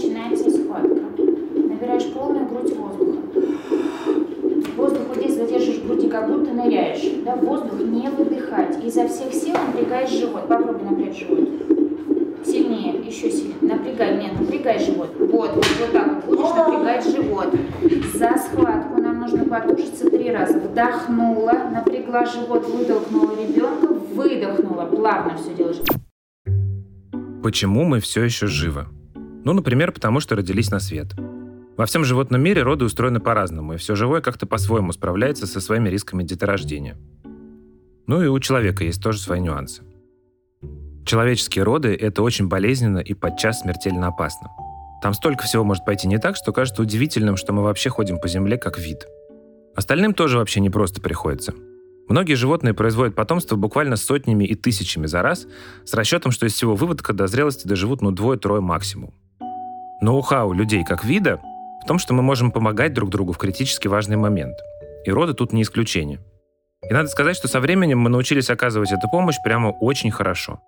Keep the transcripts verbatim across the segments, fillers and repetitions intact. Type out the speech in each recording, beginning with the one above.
начинается схватка. Набираешь полную грудь воздуха. Воздух вот здесь задержишь в груди, как будто ныряешь. Да, воздух не выдыхать. Изо всех сил напрягаешь живот. Попробуй напрячь живот. Сильнее, еще сильнее. Напрягай, нет, напрягай живот. Вот, вот, вот так вот будешь напрягать живот. За схватку нам нужно потушиться три раза. Вдохнула, напрягла живот, вытолкнула ребенка, выдохнула. Плавно все делаешь. Почему мы все еще живы? Ну, например, потому что родились на свет. Во всем животном мире роды устроены по-разному, и все живое как-то по-своему справляется со своими рисками деторождения. Ну и у человека есть тоже свои нюансы. Человеческие роды – это очень болезненно и подчас смертельно опасно. Там столько всего может пойти не так, что кажется удивительным, что мы вообще ходим по земле как вид. Остальным тоже вообще непросто приходится. Многие животные производят потомство буквально сотнями и тысячами за раз, с расчетом, что из всего выводка до зрелости доживут ну двое-трое максимум. Ноу-хау людей как вида в том, что мы можем помогать друг другу в критически важный момент. И роды тут не исключение. И надо сказать, что со временем мы научились оказывать эту помощь прямо очень хорошо.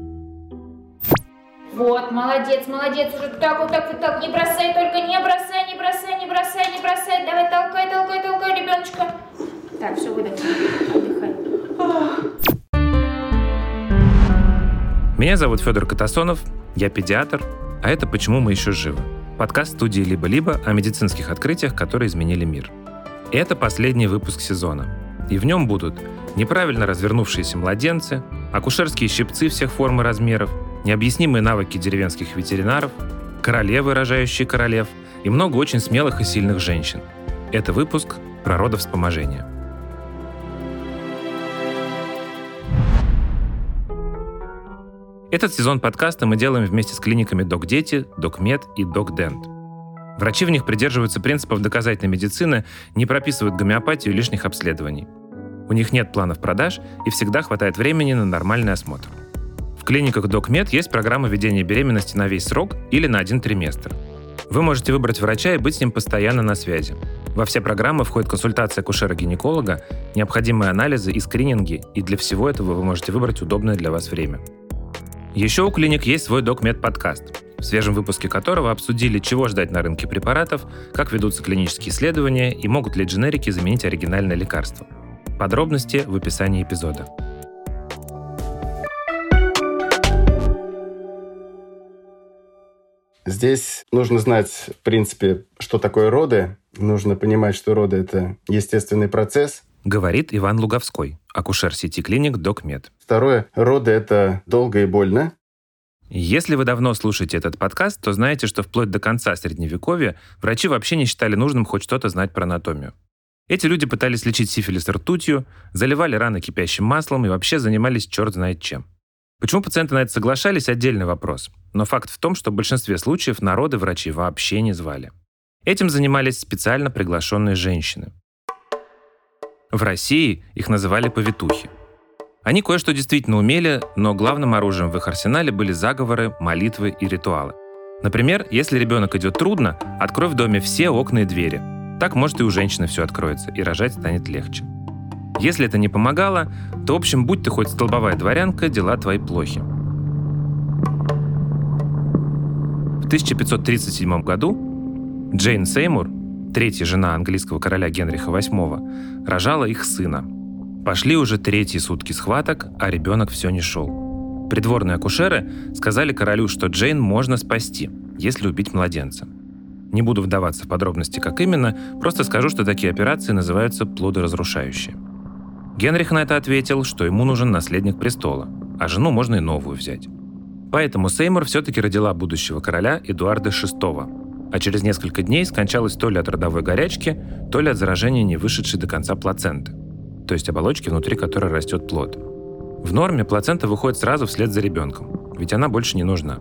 Вот, молодец, молодец, уже так, вот так, вот так, не бросай, только не бросай, не бросай, не бросай, не бросай, давай, толкай, толкай, толкай, ребеночка. Так, все, выдохни, отдыхай. Меня зовут Федор Катасонов, я педиатр, а это «Почему мы еще живы?» Подкаст студии «Либо-либо» о медицинских открытиях, которые изменили мир. Это последний выпуск сезона, и в нем будут неправильно развернувшиеся младенцы, акушерские щипцы всех форм и размеров, необъяснимые навыки деревенских ветеринаров, королевы, рожающие королев и много очень смелых и сильных женщин. Это выпуск про родовспоможение. Этот сезон подкаста мы делаем вместе с клиниками «Док-Дети», «Док-Мед» и «Док-Дент». Врачи в них придерживаются принципов доказательной медицины, не прописывают гомеопатию и лишних обследований. У них нет планов продаж и всегда хватает времени на нормальный осмотр. В клиниках «Док-Мед» есть программа ведения беременности на весь срок или на один триместр. Вы можете выбрать врача и быть с ним постоянно на связи. Во все программы входит консультация акушера-гинеколога, необходимые анализы и скрининги, и для всего этого вы можете выбрать удобное для вас время. Еще у клиник есть свой «Док-Мед» подкаст, в свежем выпуске которого обсудили, чего ждать на рынке препаратов, как ведутся клинические исследования и могут ли дженерики заменить оригинальное лекарство. Подробности в описании эпизода. Здесь нужно знать, в принципе, что такое роды. Нужно понимать, что роды – это естественный процесс. Говорит Иван Луговской, акушер сети клиник «Док-Мед». Второе – роды – это долго и больно. Если вы давно слушаете этот подкаст, то знаете, что вплоть до конца Средневековья врачи вообще не считали нужным хоть что-то знать про анатомию. Эти люди пытались лечить сифилис ртутью, заливали раны кипящим маслом и вообще занимались черт знает чем. Почему пациенты на это соглашались – отдельный вопрос. Но факт в том, что в большинстве случаев на роды врачи вообще не звали. Этим занимались специально приглашенные женщины. В России их называли повитухи. Они кое-что действительно умели, но главным оружием в их арсенале были заговоры, молитвы и ритуалы. Например, если ребенок идет трудно, открой в доме все окна и двери. Так, может, и у женщины все откроется, и рожать станет легче. Если это не помогало, то, в общем, будь ты хоть столбовая дворянка, дела твои плохи. В тысяча пятьсот тридцать седьмом году Джейн Сеймур, третья жена английского короля Генриха восьмого, рожала их сына. Пошли уже третьи сутки схваток, а ребенок все не шел. Придворные акушеры сказали королю, что Джейн можно спасти, если убить младенца. Не буду вдаваться в подробности, как именно, просто скажу, что такие операции называются плодоразрушающие. Генрих на это ответил, что ему нужен наследник престола, а жену можно и новую взять. Поэтому Сеймур все-таки родила будущего короля Эдуарда шестого, а через несколько дней скончалась то ли от родовой горячки, то ли от заражения не вышедшей до конца плаценты, то есть оболочки, внутри которой растет плод. В норме плацента выходит сразу вслед за ребенком, ведь она больше не нужна.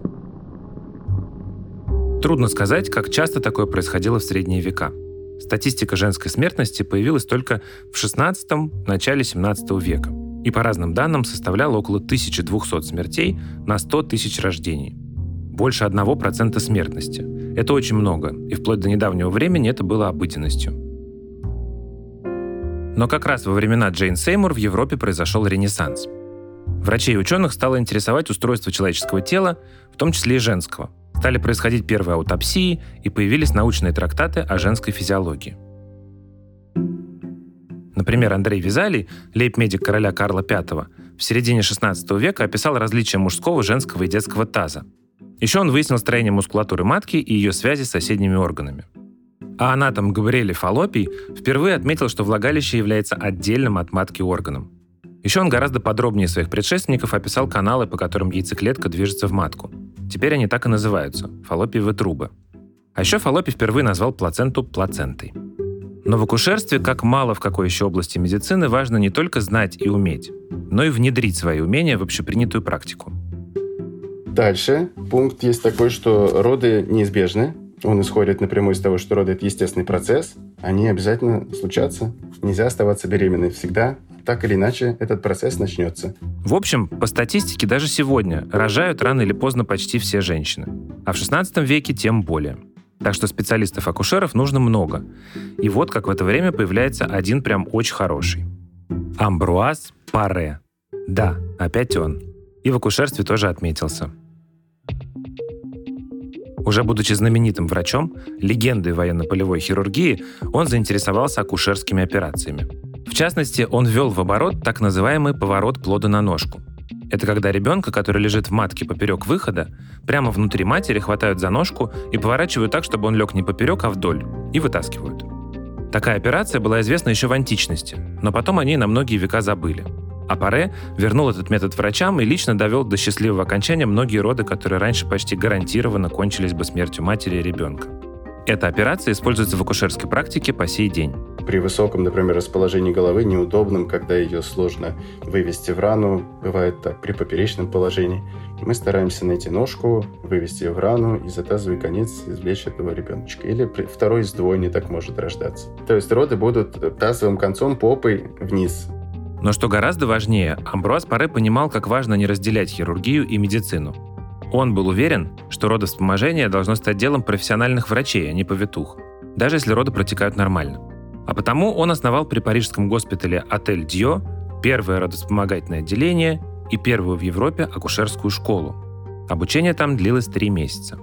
Трудно сказать, как часто такое происходило в средние века. Статистика женской смертности появилась только в шестнадцатом – начале семнадцатого века и по разным данным составляла около тысяча двести смертей на сто тысяч рождений. Больше одного процента смертности. Это очень много, и вплоть до недавнего времени это было обыденностью. Но как раз во времена Джейн Сеймур в Европе произошел ренессанс. Врачей и ученых стало интересовать устройство человеческого тела, в том числе и женского. Стали происходить первые аутопсии и появились научные трактаты о женской физиологии. Например, Андрей Визалий, лейб-медик короля Карла Пятого, в середине шестнадцатого века описал различия мужского, женского и детского таза. Еще он выяснил строение мускулатуры матки и ее связи с соседними органами. А анатом Габриэль Фаллопий впервые отметил, что влагалище является отдельным от матки органом. Еще он гораздо подробнее своих предшественников описал каналы, по которым яйцеклетка движется в матку. Теперь они так и называются – фаллопиевые трубы. А еще Фаллопий впервые назвал плаценту плацентой. Но в акушерстве, как мало в какой еще области медицины, важно не только знать и уметь, но и внедрить свои умения в общепринятую практику. Дальше пункт есть такой, что роды неизбежны. Он исходит напрямую из того, что роды – это естественный процесс. Они обязательно случатся. Нельзя оставаться беременной всегда. Так или иначе, этот процесс начнется. В общем, по статистике, даже сегодня рожают рано или поздно почти все женщины. А в шестнадцатом веке тем более. Так что специалистов-акушеров нужно много. И вот как в это время появляется один прям очень хороший. Амбруаз Паре. Да, опять он. И в акушерстве тоже отметился. Уже будучи знаменитым врачом, легендой военно-полевой хирургии, он заинтересовался акушерскими операциями. В частности, он ввел в оборот так называемый поворот плода на ножку. Это когда ребенка, который лежит в матке поперек выхода, прямо внутри матери хватают за ножку и поворачивают так, чтобы он лег не поперек, а вдоль, и вытаскивают. Такая операция была известна еще в античности, но потом о ней на многие века забыли. А Паре вернул этот метод врачам и лично довел до счастливого окончания многие роды, которые раньше почти гарантированно кончились бы смертью матери и ребенка. Эта операция используется в акушерской практике по сей день. При высоком, например, расположении головы, неудобном, когда ее сложно вывести в рану, бывает так, при поперечном положении, мы стараемся найти ножку, вывести ее в рану и за тазовый конец извлечь этого ребеночка. Или при второй сдвоении так может рождаться. То есть роды будут тазовым концом попой вниз. Но что гораздо важнее, Амбруаз Паре понимал, как важно не разделять хирургию и медицину. Он был уверен, что родовспоможение должно стать делом профессиональных врачей, а не повитух, даже если роды протекают нормально. А потому он основал при парижском госпитале «Отель Дьо» первое родовспомогательное отделение и первую в Европе акушерскую школу. Обучение там длилось три месяца.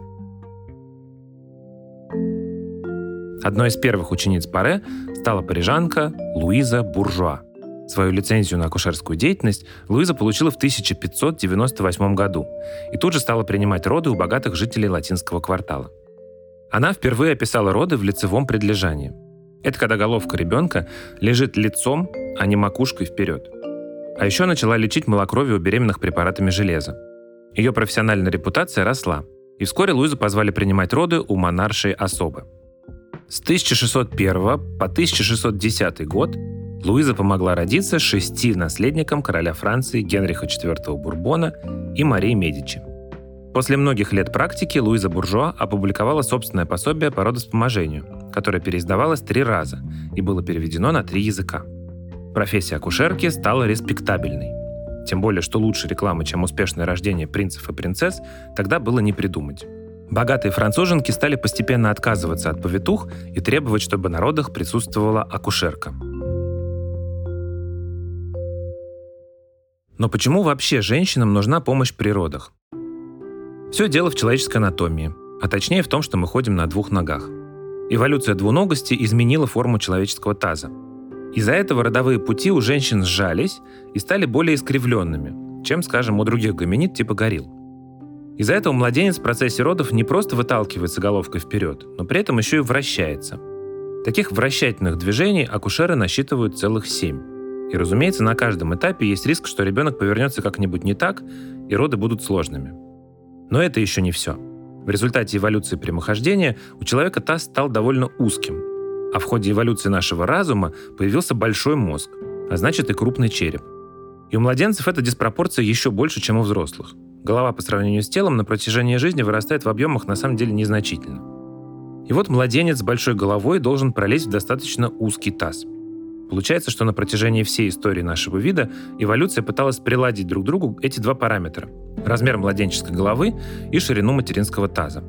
Одной из первых учениц Паре стала парижанка Луиза Буржуа. Свою лицензию на акушерскую деятельность Луиза получила в тысяча пятьсот девяносто восьмом году и тут же стала принимать роды у богатых жителей латинского квартала. Она впервые описала роды в лицевом предлежании. Это когда головка ребенка лежит лицом, а не макушкой вперед. А еще начала лечить малокровие у беременных препаратами железа. Ее профессиональная репутация росла, и вскоре Луизу позвали принимать роды у монаршей особы. С тысяча шестьсот первого по тысяча шестьсот десятый год Луиза помогла родиться шести наследникам короля Франции Генриха четвёртого Бурбона и Марии Медичи. После многих лет практики Луиза Буржуа опубликовала собственное пособие по родовспоможению, которое переиздавалось три раза и было переведено на три языка. Профессия акушерки стала респектабельной. Тем более, что лучше рекламы, чем успешное рождение принцев и принцесс, тогда было не придумать. Богатые француженки стали постепенно отказываться от повитух и требовать, чтобы на родах присутствовала акушерка. Но почему вообще женщинам нужна помощь при родах? Все дело в человеческой анатомии, а точнее в том, что мы ходим на двух ногах. Эволюция двуногости изменила форму человеческого таза. Из-за этого родовые пути у женщин сжались и стали более искривленными, чем, скажем, у других гоминид типа горилл. Из-за этого младенец в процессе родов не просто выталкивается головкой вперед, но при этом еще и вращается. Таких вращательных движений акушеры насчитывают целых семь. И, разумеется, на каждом этапе есть риск, что ребенок повернется как-нибудь не так, и роды будут сложными. Но это еще не все. В результате эволюции прямохождения у человека таз стал довольно узким, а в ходе эволюции нашего разума появился большой мозг, а значит и крупный череп. И у младенцев эта диспропорция еще больше, чем у взрослых. Голова по сравнению с телом на протяжении жизни вырастает в объемах на самом деле незначительно. И вот младенец с большой головой должен пролезть в достаточно узкий таз. Получается, что на протяжении всей истории нашего вида эволюция пыталась приладить друг к другу эти два параметра – размер младенческой головы и ширину материнского таза.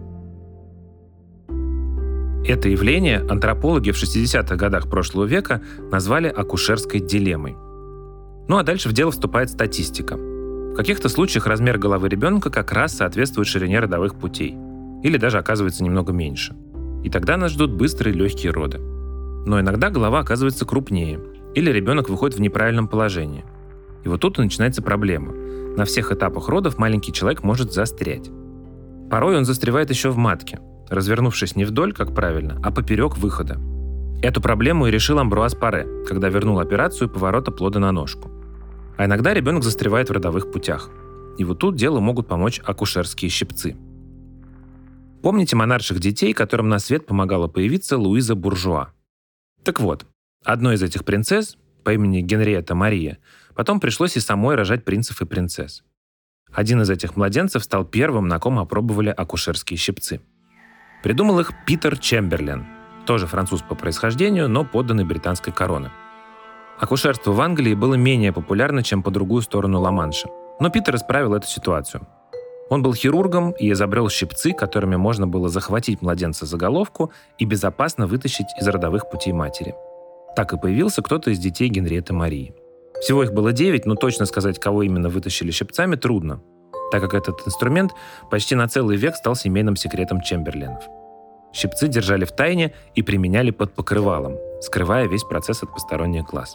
Это явление антропологи в шестидесятых годах прошлого века назвали акушерской дилеммой. Ну а дальше в дело вступает статистика. В каких-то случаях размер головы ребенка как раз соответствует ширине родовых путей. Или даже оказывается немного меньше. И тогда нас ждут быстрые легкие роды. Но иногда голова оказывается крупнее, или ребенок выходит в неправильном положении. И вот тут и начинается проблема. На всех этапах родов маленький человек может застрять. Порой он застревает еще в матке, развернувшись не вдоль, как правильно, а поперек выхода. Эту проблему и решил Амбруаз Паре, когда вернул операцию поворота плода на ножку. А иногда ребенок застревает в родовых путях. И вот тут делу могут помочь акушерские щипцы. Помните монарших детей, которым на свет помогала появиться Луиза Буржуа? Так вот, одной из этих принцесс, по имени Генриетта Мария, потом пришлось и самой рожать принцев и принцесс. Один из этих младенцев стал первым, на ком опробовали акушерские щипцы. Придумал их Питер Чемберлен, тоже француз по происхождению, но подданный британской короны. Акушерство в Англии было менее популярно, чем по другую сторону Ла-Манша. Но Питер исправил эту ситуацию. Он был хирургом и изобрел щипцы, которыми можно было захватить младенца за головку и безопасно вытащить из родовых путей матери. Так и появился кто-то из детей Генриетты Марии. Всего их было девять, но точно сказать, кого именно вытащили щипцами, трудно, так как этот инструмент почти на целый век стал семейным секретом Чемберленов. Щипцы держали в тайне и применяли под покрывалом, скрывая весь процесс от посторонних глаз.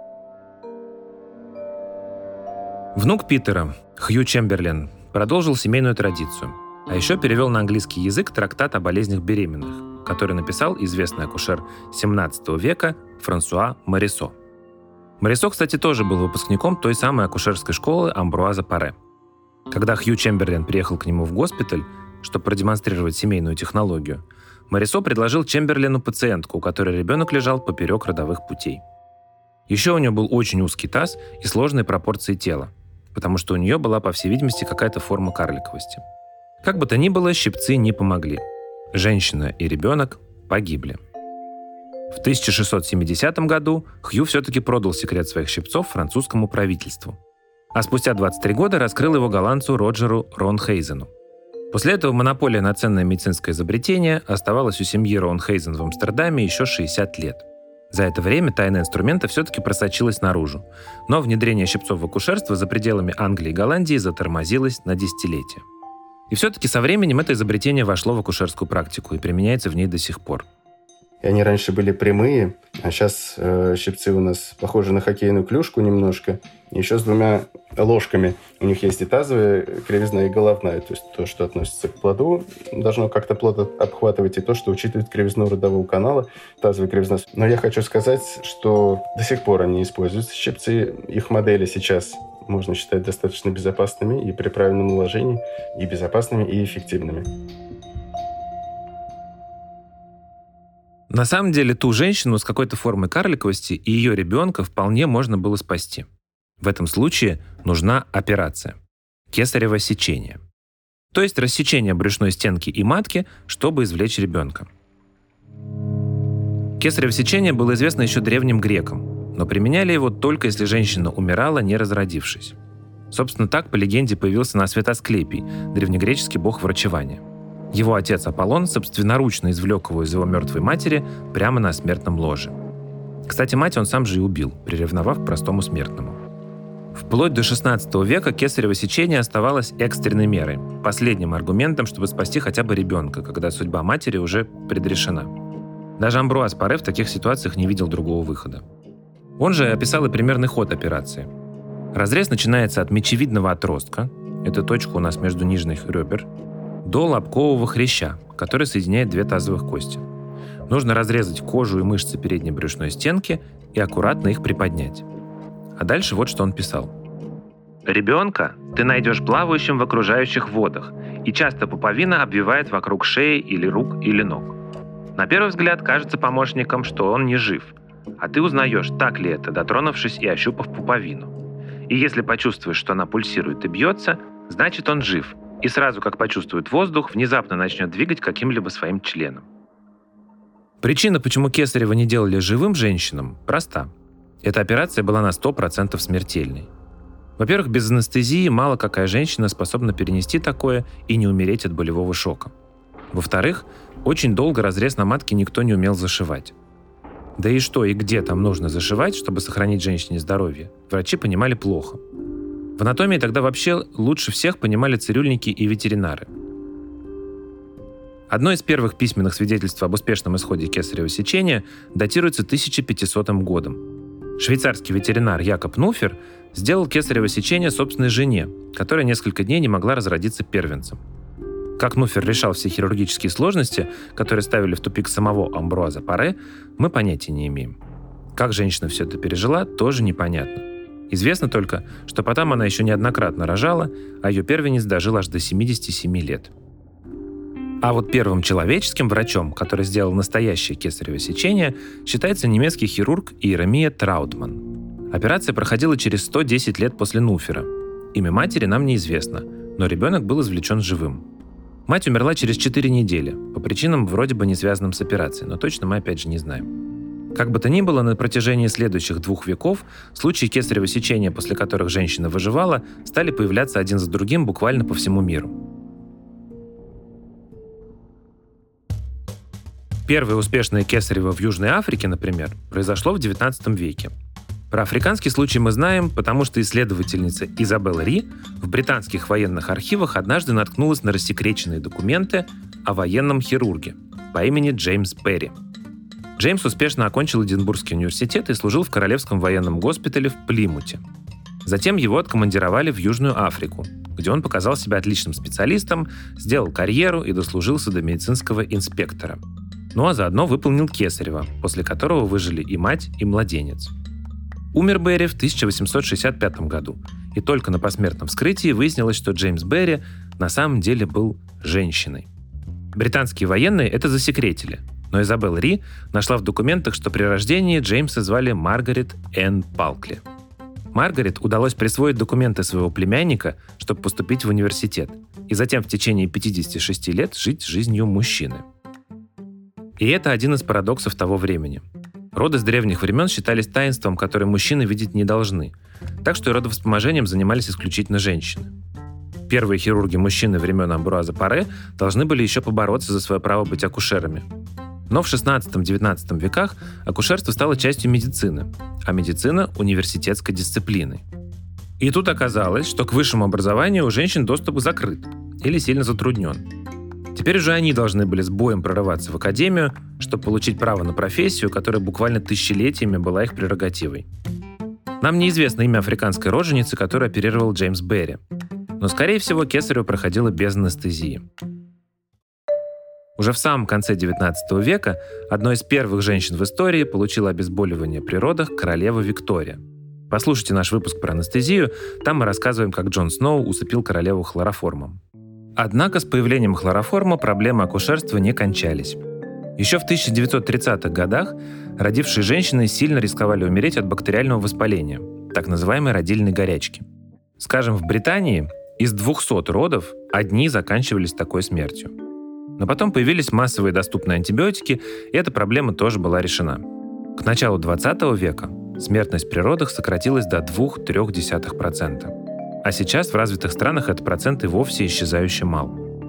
Внук Питера, Хью Чемберлен, продолжил семейную традицию, а еще перевел на английский язык трактат о болезнях беременных, который написал известный акушер семнадцатого века Франсуа Морисо. Морисо, кстати, тоже был выпускником той самой акушерской школы Амбруаза Паре. Когда Хью Чемберлен приехал к нему в госпиталь, чтобы продемонстрировать семейную технологию, Морисо предложил Чемберлену пациентку, у которой ребенок лежал поперек родовых путей. Еще у нее был очень узкий таз и сложные пропорции тела, потому что у нее была, по всей видимости, какая-то форма карликовости. Как бы то ни было, щипцы не помогли. Женщина и ребенок погибли. В тысяча шестьсот семидесятом году Хью все-таки продал секрет своих щипцов французскому правительству. А спустя двадцать три года раскрыл его голландцу Роджеру Ронхейзену. После этого монополия на ценное медицинское изобретение оставалась у семьи Ронхейзен в Амстердаме еще шестьдесят лет. За это время тайна инструмента все-таки просочилась наружу, но внедрение щипцов в акушерство за пределами Англии и Голландии затормозилось на десятилетия. И все-таки со временем это изобретение вошло в акушерскую практику и применяется в ней до сих пор. И они раньше были прямые, а сейчас э, щипцы у нас похожи на хоккейную клюшку немножко, еще с двумя ложками. У них есть и тазовая кривизна, и головная. То есть то, что относится к плоду, должно как-то плод обхватывать, и то, что учитывает кривизну родового канала, тазовая кривизна. Но я хочу сказать, что до сих пор они используются, щипцы. Их модели сейчас можно считать достаточно безопасными и при правильном наложении, и безопасными, и эффективными. На самом деле, ту женщину с какой-то формой карликовости и ее ребенка вполне можно было спасти. В этом случае нужна операция – кесарево сечение. То есть рассечение брюшной стенки и матки, чтобы извлечь ребенка. Кесарево сечение было известно еще древним грекам, но применяли его только если женщина умирала, не разродившись. Собственно, так, по легенде, появился на свет Асклепий, древнегреческий бог врачевания. Его отец Аполлон собственноручно извлек его из его мертвой матери прямо на смертном ложе. Кстати, мать он сам же и убил, приревновав к простому смертному. Вплоть до шестнадцатого века кесарево сечение оставалось экстренной мерой, последним аргументом, чтобы спасти хотя бы ребенка, когда судьба матери уже предрешена. Даже Амбруаз Паре в таких ситуациях не видел другого выхода. Он же описал и примерный ход операции. Разрез начинается от мечевидного отростка, это точка у нас между нижних ребер, до лобкового хряща, который соединяет две тазовых кости. Нужно разрезать кожу и мышцы передней брюшной стенки и аккуратно их приподнять. А дальше вот что он писал. «Ребенка ты найдешь плавающим в окружающих водах, и часто пуповина обвивает вокруг шеи или рук или ног. На первый взгляд кажется помощником, что он не жив, а ты узнаешь, так ли это, дотронувшись и ощупав пуповину. И если почувствуешь, что она пульсирует и бьется, значит он жив, и сразу, как почувствует воздух, внезапно начнет двигать каким-либо своим членом». Причина, почему кесарево не делали живым женщинам, проста. Эта операция была на сто процентов смертельной. Во-первых, без анестезии мало какая женщина способна перенести такое и не умереть от болевого шока. Во-вторых, очень долго разрез на матке никто не умел зашивать. Да и что и где там нужно зашивать, чтобы сохранить женщине здоровье, врачи понимали плохо. В анатомии тогда вообще лучше всех понимали цирюльники и ветеринары. Одно из первых письменных свидетельств об успешном исходе кесарево сечения датируется тысяча пятисотым годом. Швейцарский ветеринар Якоб Нуфер сделал кесарево сечение собственной жене, которая несколько дней не могла разродиться первенцем. Как Нуфер решал все хирургические сложности, которые ставили в тупик самого Амбруаза Паре, мы понятия не имеем. Как женщина все это пережила, тоже непонятно. Известно только, что потом она еще неоднократно рожала, а ее первенец дожил аж до семидесяти семи лет. А вот первым человеческим врачом, который сделал настоящее кесарево сечение, считается немецкий хирург Иеремия Траутман. Операция проходила через сто десять лет после Нуфера. Имя матери нам неизвестно, но ребенок был извлечен живым. Мать умерла через четыре недели, по причинам вроде бы не связанным с операцией, но точно мы опять же не знаем. Как бы то ни было, на протяжении следующих двух веков случаи кесарево сечения, после которых женщина выживала, стали появляться один за другим буквально по всему миру. Первое успешное кесарево в Южной Африке, например, произошло в девятнадцатом веке. Про африканский случай мы знаем, потому что исследовательница Изабелла Ри в британских военных архивах однажды наткнулась на рассекреченные документы о военном хирурге по имени Джеймс Перри. Джеймс успешно окончил Эдинбургский университет и служил в Королевском военном госпитале в Плимуте. Затем его откомандировали в Южную Африку, где он показал себя отличным специалистом, сделал карьеру и дослужился до медицинского инспектора. Ну а заодно выполнил кесарево, после которого выжили и мать, и младенец. Умер Берри в тысяча восемьсот шестьдесят пятом году, и только на посмертном вскрытии выяснилось, что Джеймс Берри на самом деле был женщиной. Британские военные это засекретили, но Изабелла Ри нашла в документах, что при рождении Джеймса звали Маргарет Энн Палкли. Маргарет удалось присвоить документы своего племянника, чтобы поступить в университет, и затем в течение пятидесяти шести лет жить жизнью мужчины. И это один из парадоксов того времени. Роды с древних времен считались таинством, которое мужчины видеть не должны, так что и родовспоможением занимались исключительно женщины. Первые хирурги-мужчины времен Амбруаза Паре должны были еще побороться за свое право быть акушерами. Но в шестнадцатом-девятнадцатом веках акушерство стало частью медицины, а медицина – университетской дисциплиной. И тут оказалось, что к высшему образованию у женщин доступ закрыт или сильно затруднен. Теперь уже они должны были с боем прорываться в академию, чтобы получить право на профессию, которая буквально тысячелетиями была их прерогативой. Нам неизвестно имя африканской роженицы, которую оперировал Джеймс Берри, но, скорее всего, кесарево проходило без анестезии. Уже в самом конце девятнадцатого века одной из первых женщин в истории получила обезболивание при родах королева Виктория. Послушайте наш выпуск про анестезию, там мы рассказываем, как Джон Сноу усыпил королеву хлороформом. Однако с появлением хлороформа проблемы акушерства не кончались. Еще в тысяча девятьсот тридцатых годах родившие женщины сильно рисковали умереть от бактериального воспаления, так называемой родильной горячки. Скажем, в Британии из двухсот родов одни заканчивались такой смертью. Но потом появились массовые доступные антибиотики, и эта проблема тоже была решена. К началу двадцатого века смертность при родах сократилась до двух-трёх десятых процента. А сейчас в развитых странах этот процент и вовсе исчезающе мал.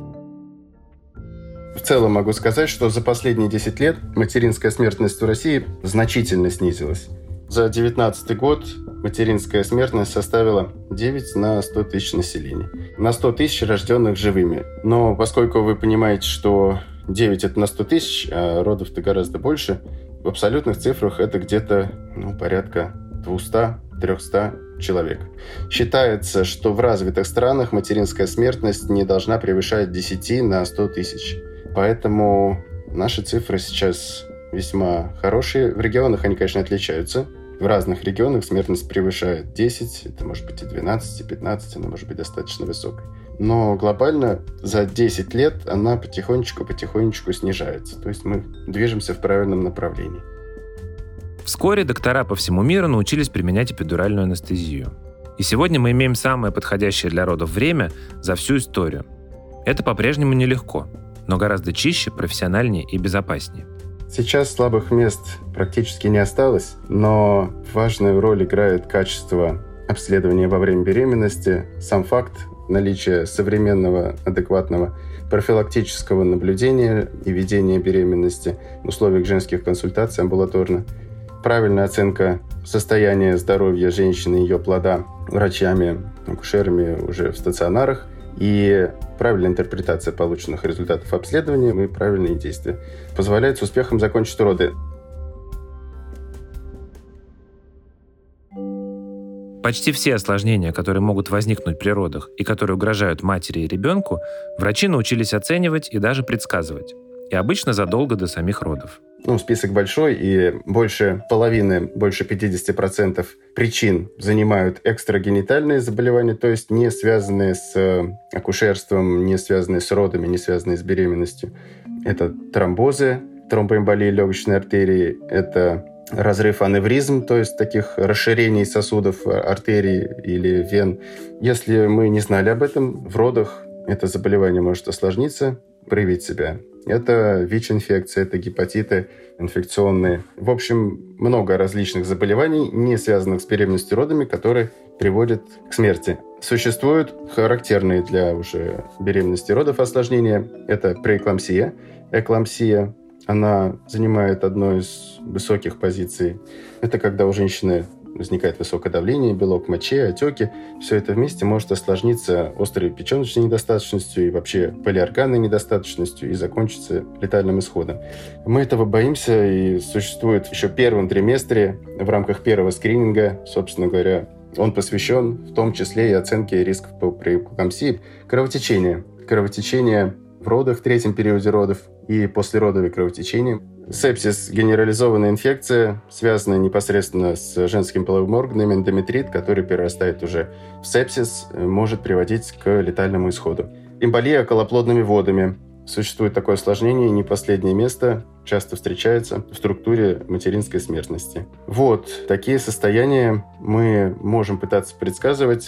В целом могу сказать, что за последние десять лет материнская смертность в России значительно снизилась. За девятнадцатый год материнская смертность составила девять на сто тысяч населения. На сто тысяч рожденных живыми. Но поскольку вы понимаете, что девять это на сто тысяч, а родов-то гораздо больше, в абсолютных цифрах это где-то ну, порядка двести-триста человек. Считается, что в развитых странах материнская смертность не должна превышать десять на сто тысяч. Поэтому наши цифры сейчас весьма хорошие. В регионах они, конечно, отличаются. В разных регионах смертность превышает десять, это может быть и двенадцать, и пятнадцать, она может быть достаточно высокой. Но глобально за десять лет она потихонечку-потихонечку снижается. То есть мы движемся в правильном направлении. Вскоре доктора по всему миру научились применять эпидуральную анестезию. И сегодня мы имеем самое подходящее для родов время за всю историю. Это по-прежнему нелегко, но гораздо чище, профессиональнее и безопаснее. Сейчас слабых мест практически не осталось, но важную роль играет качество обследования во время беременности, сам факт наличия современного, адекватного профилактического наблюдения и ведения беременности в условиях женских консультаций амбулаторно, правильная оценка состояния здоровья женщины и ее плода врачами, акушерами уже в стационарах И правильная интерпретация полученных результатов обследования и правильные действия позволяют с успехом закончить роды. Почти все осложнения, которые могут возникнуть при родах и которые угрожают матери и ребенку, врачи научились оценивать и даже предсказывать. И обычно задолго до самих родов. Ну, список большой, и больше половины, больше пятьдесят процентов причин занимают экстрагенитальные заболевания, то есть не связанные с акушерством, не связанные с родами, не связанные с беременностью. Это тромбозы, тромбоэмболии легочной артерии, это разрыв аневризм, то есть таких расширений сосудов артерий или вен. Если мы не знали об этом, в родах это заболевание может осложниться, проявить себя. Это ВИЧ-инфекция, это гепатиты инфекционные. В общем, много различных заболеваний, не связанных с беременностью и родами, которые приводят к смерти. Существуют характерные для уже беременности и родов осложнения. Это преэклампсия, эклампсия. Она занимает одну из высоких позиций. Это когда у женщины возникает высокое давление, белок в моче, отеки. Все это вместе может осложниться острой печеночной недостаточностью и вообще полиорганной недостаточностью и закончиться летальным исходом. Мы этого боимся, и существует еще в первом триместре в рамках первого скрининга, собственно говоря, он посвящен в том числе и оценке рисков по преэклампсии, кровотечения. Кровотечение в родах, в третьем периоде родов и послеродовое кровотечение. Сепсис – генерализованная инфекция, связанная непосредственно с женским половым органом, эндометрит, который перерастает уже в сепсис, может приводить к летальному исходу. Эмболия околоплодными водами. Существует такое осложнение, не последнее место, часто встречается в структуре материнской смертности. Вот, такие состояния мы можем пытаться предсказывать.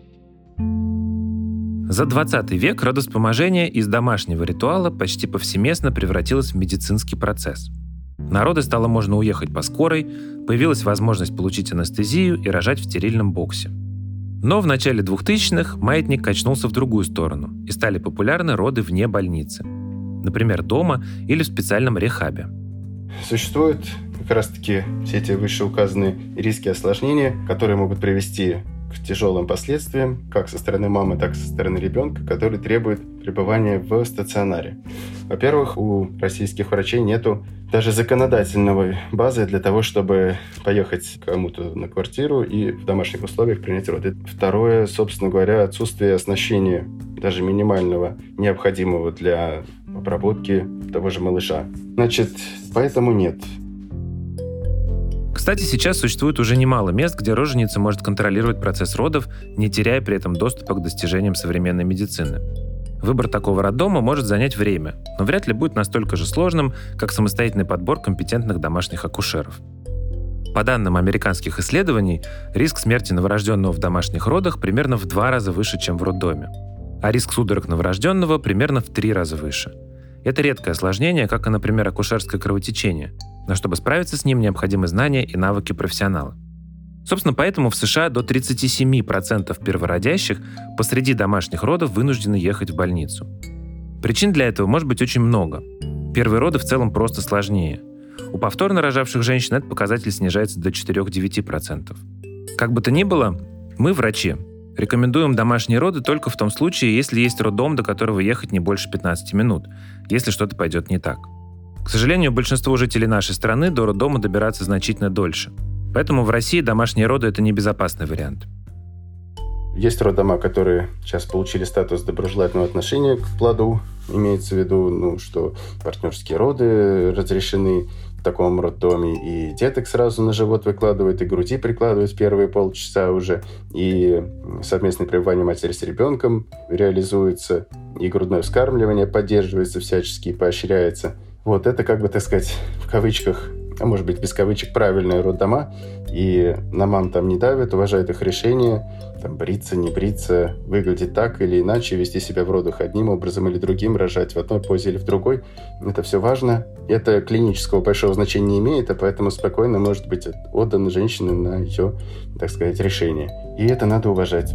За двадцатый век родовспоможение из домашнего ритуала почти повсеместно превратилось в медицинский процесс. На роды стало можно уехать по скорой, появилась возможность получить анестезию и рожать в стерильном боксе. Но в начале двухтысячных маятник качнулся в другую сторону, и стали популярны роды вне больницы. Например, дома или в специальном рехабе. Существуют как раз-таки все эти вышеуказанные риски осложнения, которые могут привести к тяжелым последствиям, как со стороны мамы, так и со стороны ребенка, который требует пребывания в стационаре. Во-первых, у российских врачей нету даже законодательной базы для того, чтобы поехать кому-то на квартиру и в домашних условиях принять роды. Второе, собственно говоря, отсутствие оснащения, даже минимального, необходимого для обработки того же малыша. Значит, поэтому нет. Кстати, сейчас существует уже немало мест, где роженица может контролировать процесс родов, не теряя при этом доступа к достижениям современной медицины. Выбор такого роддома может занять время, но вряд ли будет настолько же сложным, как самостоятельный подбор компетентных домашних акушеров. По данным американских исследований, риск смерти новорожденного в домашних родах примерно в два раза выше, чем в роддоме, а риск судорог новорожденного примерно в три раза выше. Это редкое осложнение, как и, например, акушерское кровотечение, но чтобы справиться с ним, необходимы знания и навыки профессионала. Собственно, поэтому в США до тридцать семь процентов первородящих посреди домашних родов вынуждены ехать в больницу. Причин для этого может быть очень много. Первые роды в целом просто сложнее. У повторно рожавших женщин этот показатель снижается до четыре-девять процентов. Как бы то ни было, мы, врачи, рекомендуем домашние роды только в том случае, если есть роддом, до которого ехать не больше пятнадцати минут, если что-то пойдет не так. К сожалению, большинству жителей нашей страны до роддома добираться значительно дольше. Поэтому в России домашние роды – это небезопасный вариант. Есть роддома, которые сейчас получили статус доброжелательного отношения к плоду. Имеется в виду, ну, что партнерские роды разрешены в таком роддоме, и деток сразу на живот выкладывают, и груди прикладывают в первые полчаса уже, и совместное пребывание матери с ребенком реализуется, и грудное вскармливание поддерживается всячески и поощряется. Вот это, как бы, так сказать, в кавычках, а может быть без кавычек, правильные роддома, и на мам там не давят, уважают их решения, там, бриться, не бриться, выглядеть так или иначе, вести себя в родах одним образом или другим, рожать в одной позе или в другой. Это все важно. Это клинического большого значения не имеет, а поэтому спокойно может быть отдана женщине на ее, так сказать, решение. И это надо уважать.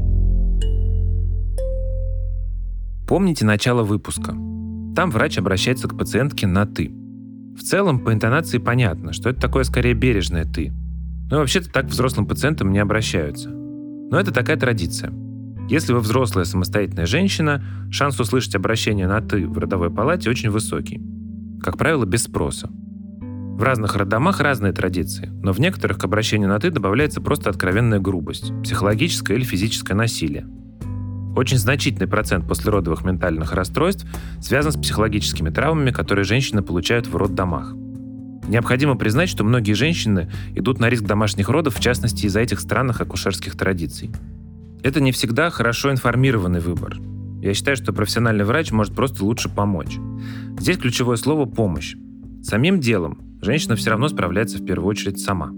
Помните начало выпуска. Там врач обращается к пациентке на «ты». В целом, по интонации понятно, что это такое скорее бережное «ты». Ну и вообще-то так к взрослым пациентам не обращаются. Но это такая традиция. Если вы взрослая самостоятельная женщина, шанс услышать обращение на «ты» в родовой палате очень высокий. Как правило, без спроса. В разных роддомах разные традиции, но в некоторых к обращению на «ты» добавляется просто откровенная грубость, психологическое или физическое насилие. Очень значительный процент послеродовых ментальных расстройств связан с психологическими травмами, которые женщины получают в роддомах. Необходимо признать, что многие женщины идут на риск домашних родов, в частности, из-за этих странных акушерских традиций. Это не всегда хорошо информированный выбор. Я считаю, что профессиональный врач может просто лучше помочь. Здесь ключевое слово «помощь». Самим делом женщина все равно справляется в первую очередь сама.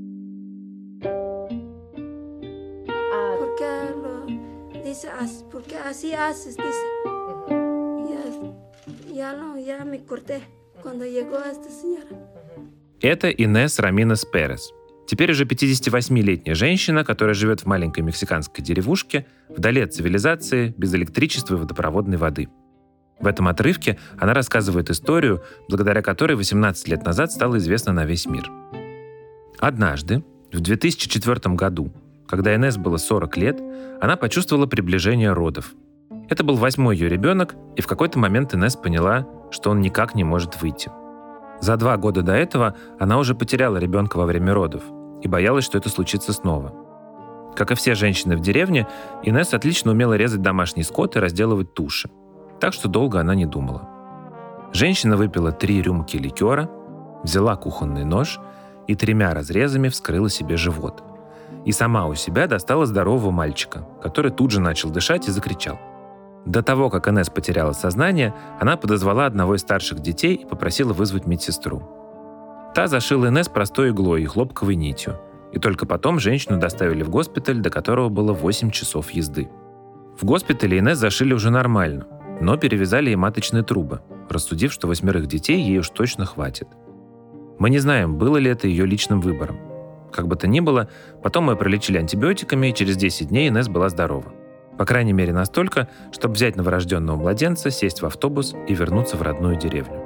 Это Инес Раминес Перес. Теперь уже пятидесятивосьмилетняя женщина, которая живет в маленькой мексиканской деревушке, вдали от цивилизации, без электричества и водопроводной воды. В этом отрывке она рассказывает историю, благодаря которой восемнадцать лет назад стало известно на весь мир. Однажды, в две тысячи четвёртом году, когда Инес было сорок лет, она почувствовала приближение родов. Это был восьмой ее ребенок, и в какой-то момент Инес поняла, что он никак не может выйти. За два года до этого она уже потеряла ребенка во время родов и боялась, что это случится снова. Как и все женщины в деревне, Инес отлично умела резать домашний скот и разделывать туши, так что долго она не думала. Женщина выпила три рюмки ликера, взяла кухонный нож и тремя разрезами вскрыла себе живот. И сама у себя достала здорового мальчика, который тут же начал дышать и закричал. До того, как Инес потеряла сознание, она подозвала одного из старших детей и попросила вызвать медсестру. Та зашила Инес простой иглой и хлопковой нитью, и только потом женщину доставили в госпиталь, до которого было восемь часов езды. В госпитале Инес зашили уже нормально, но перевязали ей маточные трубы, рассудив, что восьмерых детей ей уж точно хватит. Мы не знаем, было ли это ее личным выбором. Как бы то ни было, потом мы пролечили антибиотиками, и через десять дней Инес была здорова. По крайней мере настолько, чтобы взять новорожденного младенца, сесть в автобус и вернуться в родную деревню.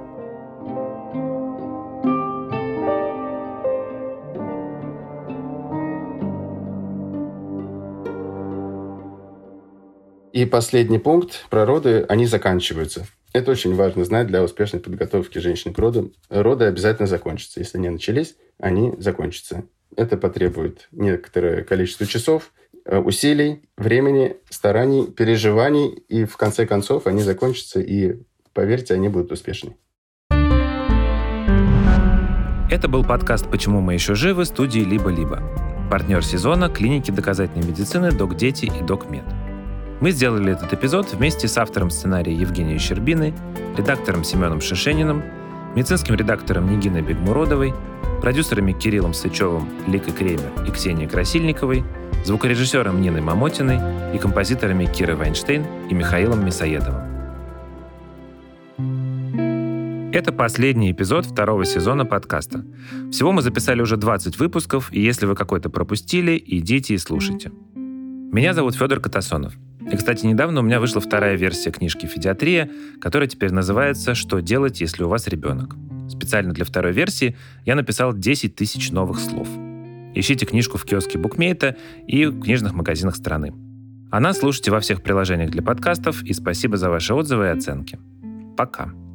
И последний пункт про роды, они заканчиваются. Это очень важно знать для успешной подготовки женщин к родам. Роды обязательно закончатся. Если они начались, они закончатся. Это потребует некоторое количество часов, усилий, времени, стараний, переживаний, и в конце концов они закончатся, и, поверьте, они будут успешны. Это был подкаст «Почему мы еще живы» студии «Либо-либо». Партнер сезона – клиники доказательной медицины «Док-Дети» и «Док-Мед». Мы сделали этот эпизод вместе с автором сценария Евгенией Щербиной, редактором Семеном Шишениным, медицинским редактором Нигиной Бегмуродовой, продюсерами Кириллом Сычевым, Ликой Кремер и Ксенией Красильниковой, звукорежиссером Ниной Мамотиной и композиторами Кирой Вайнштейн и Михаилом Мясоедовым. Это последний эпизод второго сезона подкаста. Всего мы записали уже двадцать выпусков, и если вы какой-то пропустили, идите и слушайте. Меня зовут Федор Катасонов. И, кстати, недавно у меня вышла вторая версия книжки «Федиатрия», которая теперь называется «Что делать, если у вас ребенок?». Специально для второй версии я написал десять тысяч новых слов. Ищите книжку в киоске Букмейта и в книжных магазинах страны. А нас слушайте во всех приложениях для подкастов, и спасибо за ваши отзывы и оценки. Пока.